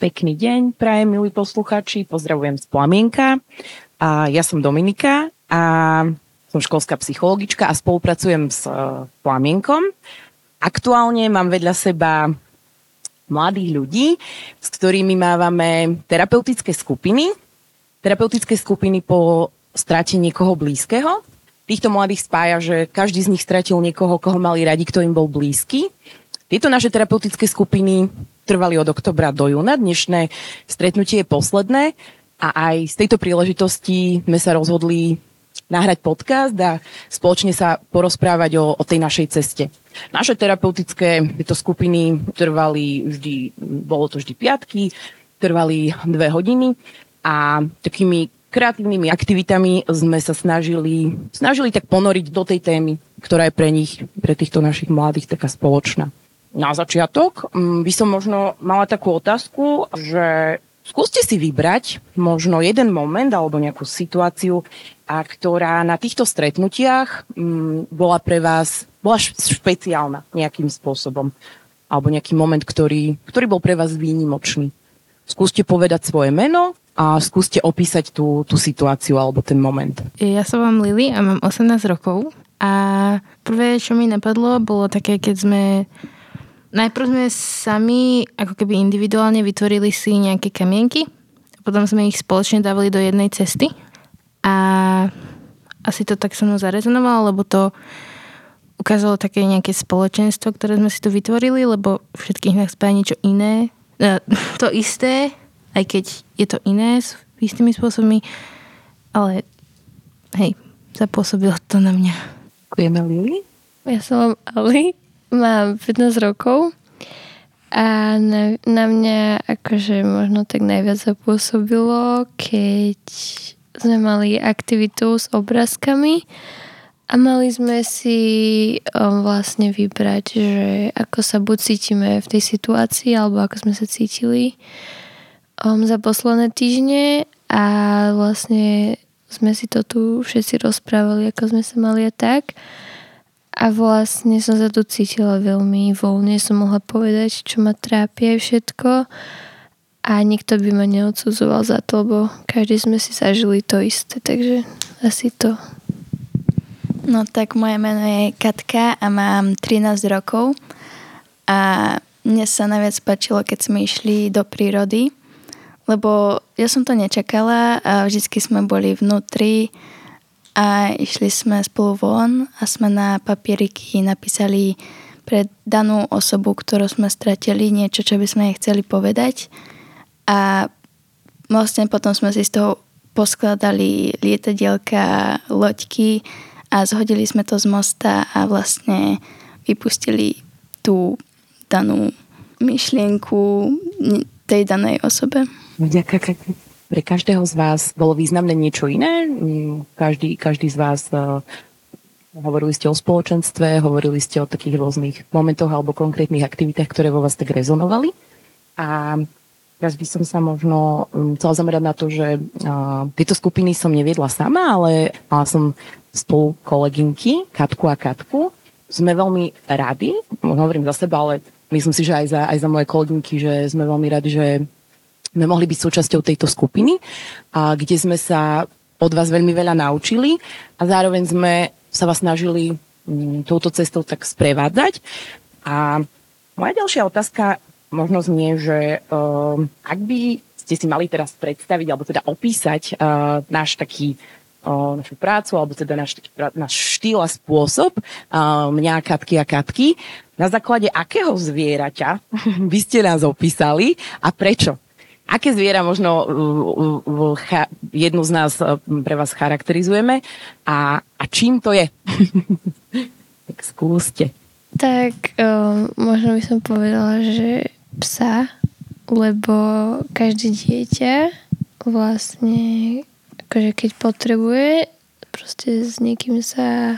Pekný deň, prajem, milí poslucháči, pozdravujem z Plamienka. A ja som Dominika a som školská psychologička a spolupracujem s Plamienkom. Aktuálne mám vedľa seba mladých ľudí, s ktorými mávame terapeutické skupiny. Terapeutické skupiny po strate niekoho blízkeho. Týchto mladých spája, že každý z nich stratil niekoho, koho mali radi, kto im bol blízky. Tieto naše terapeutické skupiny trvali od októbra do júna. Dnešné stretnutie je posledné a aj z tejto príležitosti sme sa rozhodli nahrať podcast a spoločne sa porozprávať o tej našej ceste. Naše terapeutické tieto skupiny trvali vždy, bolo to vždy piatky, trvali 2 hodiny a takými kreatívnymi aktivitami sme sa snažili tak ponoriť do tej témy, ktorá je pre nich, pre týchto našich mladých taká spoločná. Na začiatok by som možno mala takú otázku, že skúste si vybrať možno jeden moment alebo nejakú situáciu, ktorá na týchto stretnutiach bola pre vás špeciálna nejakým spôsobom. Alebo nejaký moment, ktorý bol pre vás výnimočný. Skúste povedať svoje meno a skúste opísať tú situáciu alebo ten moment. Ja sa volám Lily a mám 18 rokov. A prvé, čo mi napadlo, bolo také, keď najprv sme sami ako keby individuálne vytvorili si nejaké kamienky. Potom sme ich spoločne dávali do jednej cesty. A asi to tak so mnou zarezonovalo, lebo to ukázalo také nejaké spoločenstvo, ktoré sme si tu vytvorili, lebo všetkých nás spája niečo iné. To isté, aj keď je to iné s istými spôsobmi. Ale hej, zapôsobilo to na mňa. Ďakujeme, Lili. Ja som Ali. Mám 15 rokov a na mňa akože možno tak najviac zapôsobilo, keď sme mali aktivitu s obrázkami a mali sme si vlastne vybrať, že ako sa buď cítime v tej situácii, alebo ako sme sa cítili za posledné týždne a vlastne sme si to tu všetci rozprávali, ako sme sa mali a tak. A vlastne som sa tu cítila veľmi voľne, som mohla povedať, čo ma trápi aj všetko a nikto by ma neodsudzoval za to, lebo každý sme si zažili to isté, takže asi to. No tak moje meno je Katka a mám 13 rokov a mne sa najviac páčilo, keď sme išli do prírody, lebo ja som to nečakala a vždycky sme boli vnútri a išli sme spolu von a sme na papieriky napísali pre danú osobu, ktorú sme stratili, niečo, čo by sme jej chceli povedať. A vlastne potom sme si z toho poskladali lietadielka, loďky a zhodili sme to z mosta a vlastne vypustili tú danú myšlienku tej danej osobe. Ďakujem. Pre každého z vás bolo významné niečo iné. Každý z vás hovorili ste o spoločenstve, hovorili ste o takých rôznych momentoch alebo konkrétnych aktivitách, ktoré vo vás tak rezonovali. A teraz by som sa možno chcela zamerať na to, že tieto skupiny som neviedla sama, ale mala som spolu kolegynky, Katku a Katku. Sme veľmi radi, hovorím za seba, ale myslím si, že aj za moje kolegynky, že sme veľmi radi, že sme mohli byť súčasťou tejto skupiny, kde sme sa od vás veľmi veľa naučili a zároveň sme sa vás snažili touto cestou tak sprevádzať. A moja ďalšia otázka možno znie, že ak by ste si mali teraz predstaviť alebo teda opísať našu prácu alebo teda náš štýl a spôsob mňa, Katky a Katky, na základe akého zvieraťa by ste nás opísali a prečo? Aké zviera možno jednu z nás pre vás charakterizujeme a čím to je? Tak skúste. Tak možno by som povedala, že psa, lebo každé dieťa vlastne akože keď potrebuje proste s niekým sa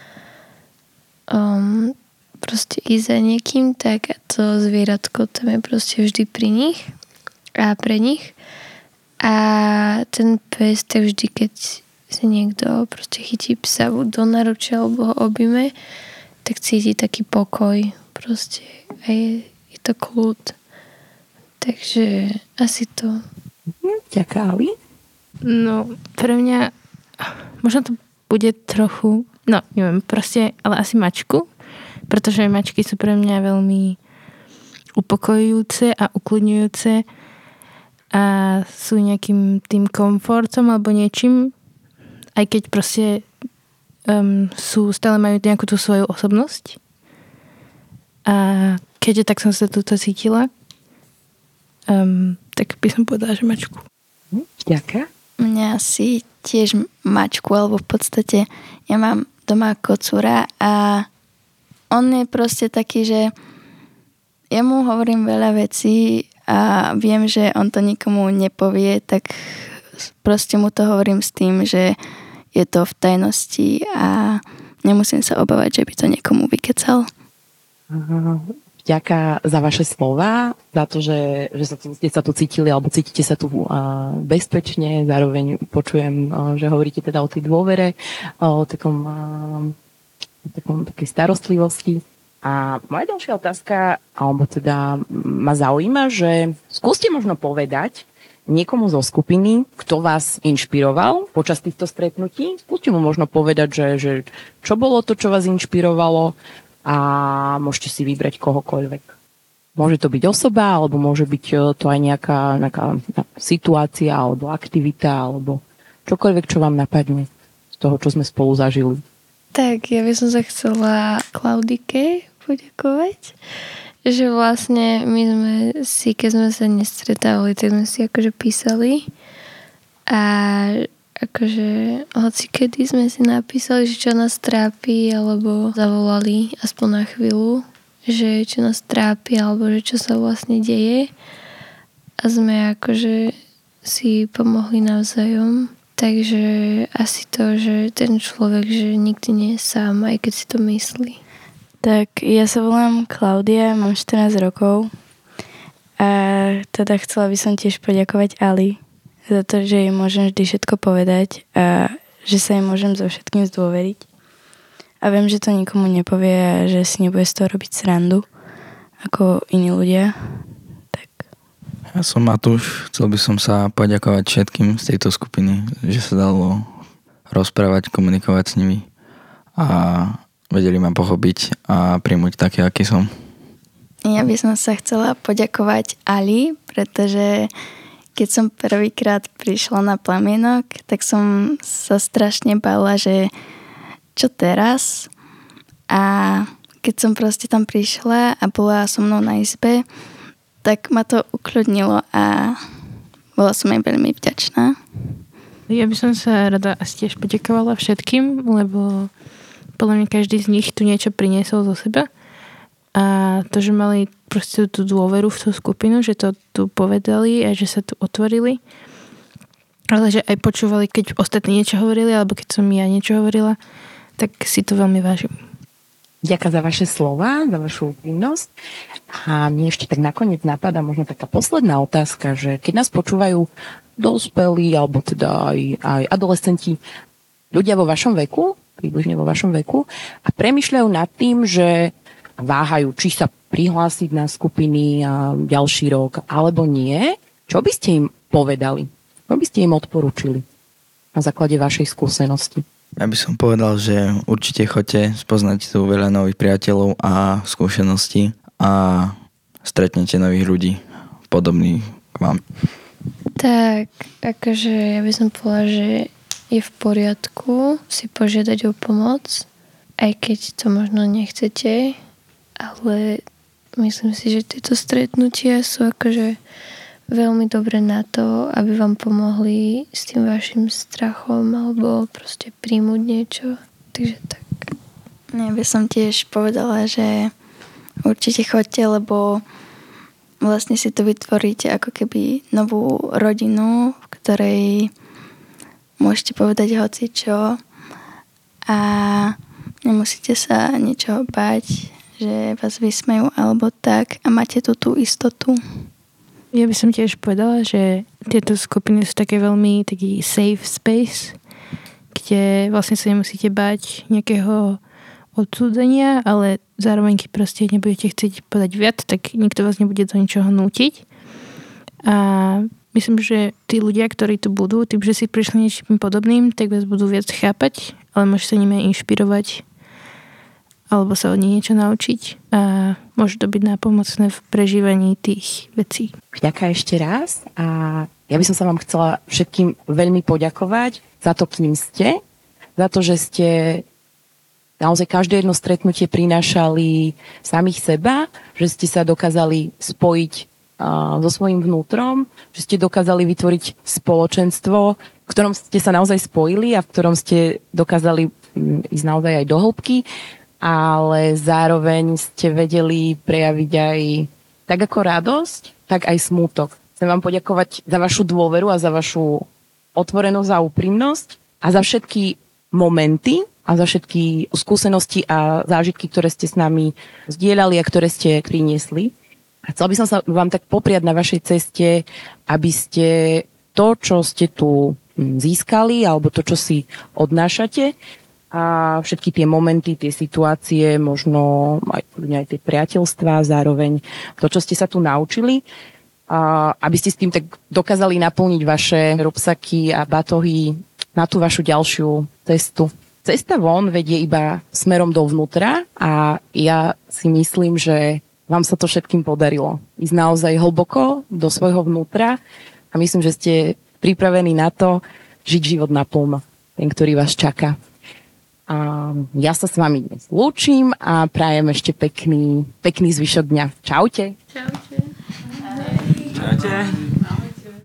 proste ísť za niekým, tak to zvieratko tam je proste vždy pri nich a pre nich. A ten pes, tak vždy, keď si niekto proste chytí psa do náručia alebo ho objme, tak cíti taký pokoj proste a je to kľud. Takže asi to. Ďakujem, Ali. No, pre mňa možno to bude trochu, no neviem, proste, ale asi mačku, pretože mačky sú pre mňa veľmi upokojujúce a ukludňujúce a sú nejakým tým komfortom alebo niečím, aj keď proste stále majú nejakú tú svoju osobnosť. A keďže tak som sa túto cítila, tak by som povedala, že mačku. Ďakujem. Mňa asi tiež mačku, alebo v podstate ja mám doma kocúra a on je proste taký, že ja mu hovorím veľa vecí a viem, že on to nikomu nepovie, tak proste mu to hovorím s tým, že je to v tajnosti a nemusím sa obávať, že by to niekomu vykecal. Ďakujem za vaše slova, za to, že ste sa tu cítili alebo cítite sa tu bezpečne. Zároveň počujem, že hovoríte teda o tej dôvere, o takej starostlivosti. A moja ďalšia otázka, alebo teda ma zaujíma, že skúste možno povedať niekomu zo skupiny, kto vás inšpiroval počas týchto stretnutí. Skúste mu možno povedať, že čo bolo to, čo vás inšpirovalo a môžete si vybrať kohokoľvek. Môže to byť osoba, alebo môže byť to aj nejaká situácia, alebo aktivita, alebo čokoľvek, čo vám napadne z toho, čo sme spolu zažili. Tak, ja by som sa chcela Klaudike poďakovať, že vlastne my sme si, keď sme sa nestretávali, tak sme si akože písali a akože hocikedy sme si napísali, že čo nás trápi, alebo zavolali aspoň na chvíľu, že čo nás trápi, alebo že čo sa vlastne deje a sme akože si pomohli navzájom. Takže asi to, že ten človek, že nikdy nie je sám, aj keď si to myslí. Tak ja sa volám Klaudia, mám 14 rokov a teda chcela by som tiež poďakovať Ali za to, že jej môžem vždy všetko povedať a že sa jej môžem so všetkým zdôveriť. A viem, že to nikomu nepovie a že si nebude z toho robiť srandu ako iní ľudia. Ja som Matúš, chcel by som sa poďakovať všetkým z tejto skupiny, že sa dalo rozprávať, komunikovať s nimi a vedeli ma pochopiť a prijmuť taký, aký som. Ja by som sa chcela poďakovať Ali, pretože keď som prvýkrát prišla na plamienok, tak som sa strašne bála, že čo teraz? A keď som proste tam prišla a bola so mnou na izbe, tak ma to ukľudnilo a bola som jej veľmi vďačná. Ja by som sa rada asi tiež poďakovala všetkým, lebo podľa mňa každý z nich tu niečo priniesol zo seba. A to, že mali proste tú dôveru v tú skupinu, že to tu povedali a že sa tu otvorili. Ale že aj počúvali, keď ostatní niečo hovorili, alebo keď som ja niečo hovorila, tak si to veľmi vážim. Ďakujem za vaše slova, za vašu úprimnosť. A mne ešte tak nakoniec napadá možno taká posledná otázka, že keď nás počúvajú dospelí, alebo teda aj adolescenti, ľudia vo vašom veku, približne vo vašom veku, a premýšľajú nad tým, že váhajú, či sa prihlásiť na skupiny ďalší rok, alebo nie, čo by ste im povedali? Čo by ste im odporúčili na základe vašej skúsenosti? Ja by som povedal, že určite choďte, spoznať tu veľa nových priateľov a skúseností a stretnete nových ľudí podobných k vám. Tak, akože ja by som povedala, že je v poriadku si požiadať o pomoc, aj keď to možno nechcete, ale myslím si, že tieto stretnutia sú akože veľmi dobré na to, aby vám pomohli s tým vašim strachom alebo proste príjmuť niečo. Takže tak. Ja by som tiež povedala, že určite choďte, lebo vlastne si tu vytvoríte ako keby novú rodinu, v ktorej môžete povedať hocičo a nemusíte sa niečoho báť, že vás vysmejú alebo tak a máte tu tú istotu. Ja by som tiež povedala, že tieto skupiny sú také veľmi taký safe space, kde vlastne sa nemusíte báť nejakého odsúdenia, ale zároveň, keď proste nebudete chcieť povedať viac, tak nikto vás nebude do ničoho nútiť. A myslím, že tí ľudia, ktorí tu budú, tým, že si prišli niečím podobným, tak vás budú viac chápať, ale môžete sa nimi inšpirovať alebo sa od nich niečo naučiť a môže to byť nápomocné v prežívaní tých vecí. Ďakujem ešte raz a ja by som sa vám chcela všetkým veľmi poďakovať za to, kým ste, za to, že ste naozaj každé jedno stretnutie prinášali samých seba, že ste sa dokázali spojiť so svojím vnútrom, že ste dokázali vytvoriť spoločenstvo, v ktorom ste sa naozaj spojili a v ktorom ste dokázali ísť naozaj aj do hĺbky, ale zároveň ste vedeli prejaviť aj tak ako radosť, tak aj smútok. Chcem vám poďakovať za vašu dôveru a za vašu otvorenosť a úprimnosť a za všetky momenty a za všetky skúsenosti a zážitky, ktoré ste s nami zdieľali a ktoré ste priniesli. A chcela by som sa vám tak popriať na vašej ceste, aby ste to, čo ste tu získali, alebo to, čo si odnášate, a všetky tie momenty, tie situácie, možno aj tie priateľstvá, zároveň to, čo ste sa tu naučili, aby ste s tým tak dokázali naplniť vaše rúbsaky a batohy na tú vašu ďalšiu cestu. Cesta von vedie iba smerom dovnútra a ja si myslím, že vám sa to všetkým podarilo. Ísť naozaj hlboko do svojho vnútra a myslím, že ste pripravení na to žiť život naplno, ten, ktorý vás čaká. A ja sa s vami dnes lúčim a prajem ešte pekný zvyšok dňa. Čaute. Čaute. Čaute.